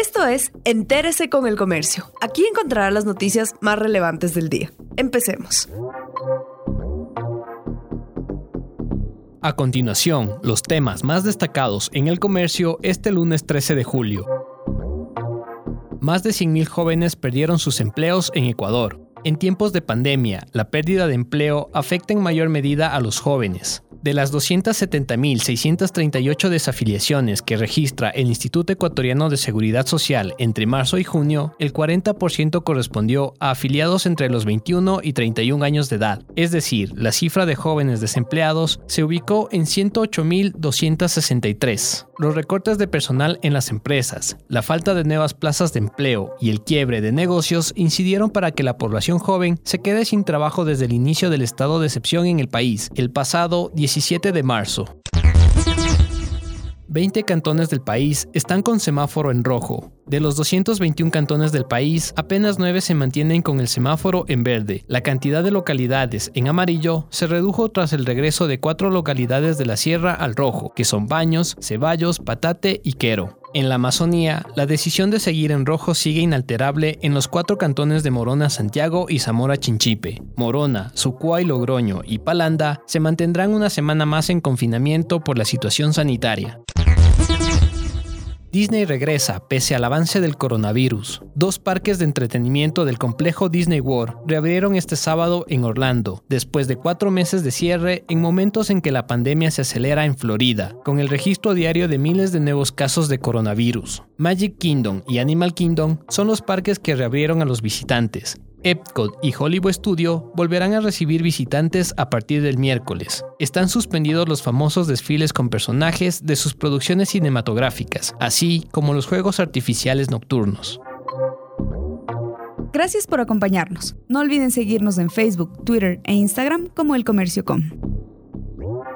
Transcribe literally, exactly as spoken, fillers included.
Esto es Entérese con el Comercio. Aquí encontrará las noticias más relevantes del día. Empecemos. A continuación, los temas más destacados en el comercio este lunes trece de julio. Más de cien mil jóvenes perdieron sus empleos en Ecuador. En tiempos de pandemia, la pérdida de empleo afecta en mayor medida a los jóvenes. De las doscientas setenta mil seiscientas treinta y ocho desafiliaciones que registra el Instituto Ecuatoriano de Seguridad Social entre marzo y junio, el cuarenta por ciento correspondió a afiliados entre los veintiuno y treinta y un años de edad. Es decir, la cifra de jóvenes desempleados se ubicó en ciento ocho mil doscientos sesenta y tres. Los recortes de personal en las empresas, la falta de nuevas plazas de empleo y el quiebre de negocios incidieron para que la población joven se quede sin trabajo desde el inicio del estado de excepción en el país, el pasado diecisiete de marzo. veinte cantones del país están con semáforo en rojo. De los doscientos veintiún cantones del país, apenas nueve se mantienen con el semáforo en verde. La cantidad de localidades en amarillo se redujo tras el regreso de cuatro localidades de la sierra al rojo, que son Baños, Ceballos, Patate y Quero. En la Amazonía, la decisión de seguir en rojo sigue inalterable en los cuatro cantones de Morona, Santiago y Zamora Chinchipe. Morona, Sucuay, Logroño y Palanda se mantendrán una semana más en confinamiento por la situación sanitaria. Disney regresa pese al avance del coronavirus. Dos parques de entretenimiento del complejo Disney World reabrieron este sábado en Orlando, después de cuatro meses de cierre en momentos en que la pandemia se acelera en Florida, con el registro diario de miles de nuevos casos de coronavirus. Magic Kingdom y Animal Kingdom son los parques que reabrieron a los visitantes. Epcot y Hollywood Studio volverán a recibir visitantes a partir del miércoles. Están suspendidos los famosos desfiles con personajes de sus producciones cinematográficas, así como los juegos artificiales nocturnos. Gracias por acompañarnos. No olviden seguirnos en Facebook, Twitter e Instagram como El Comercio punto com.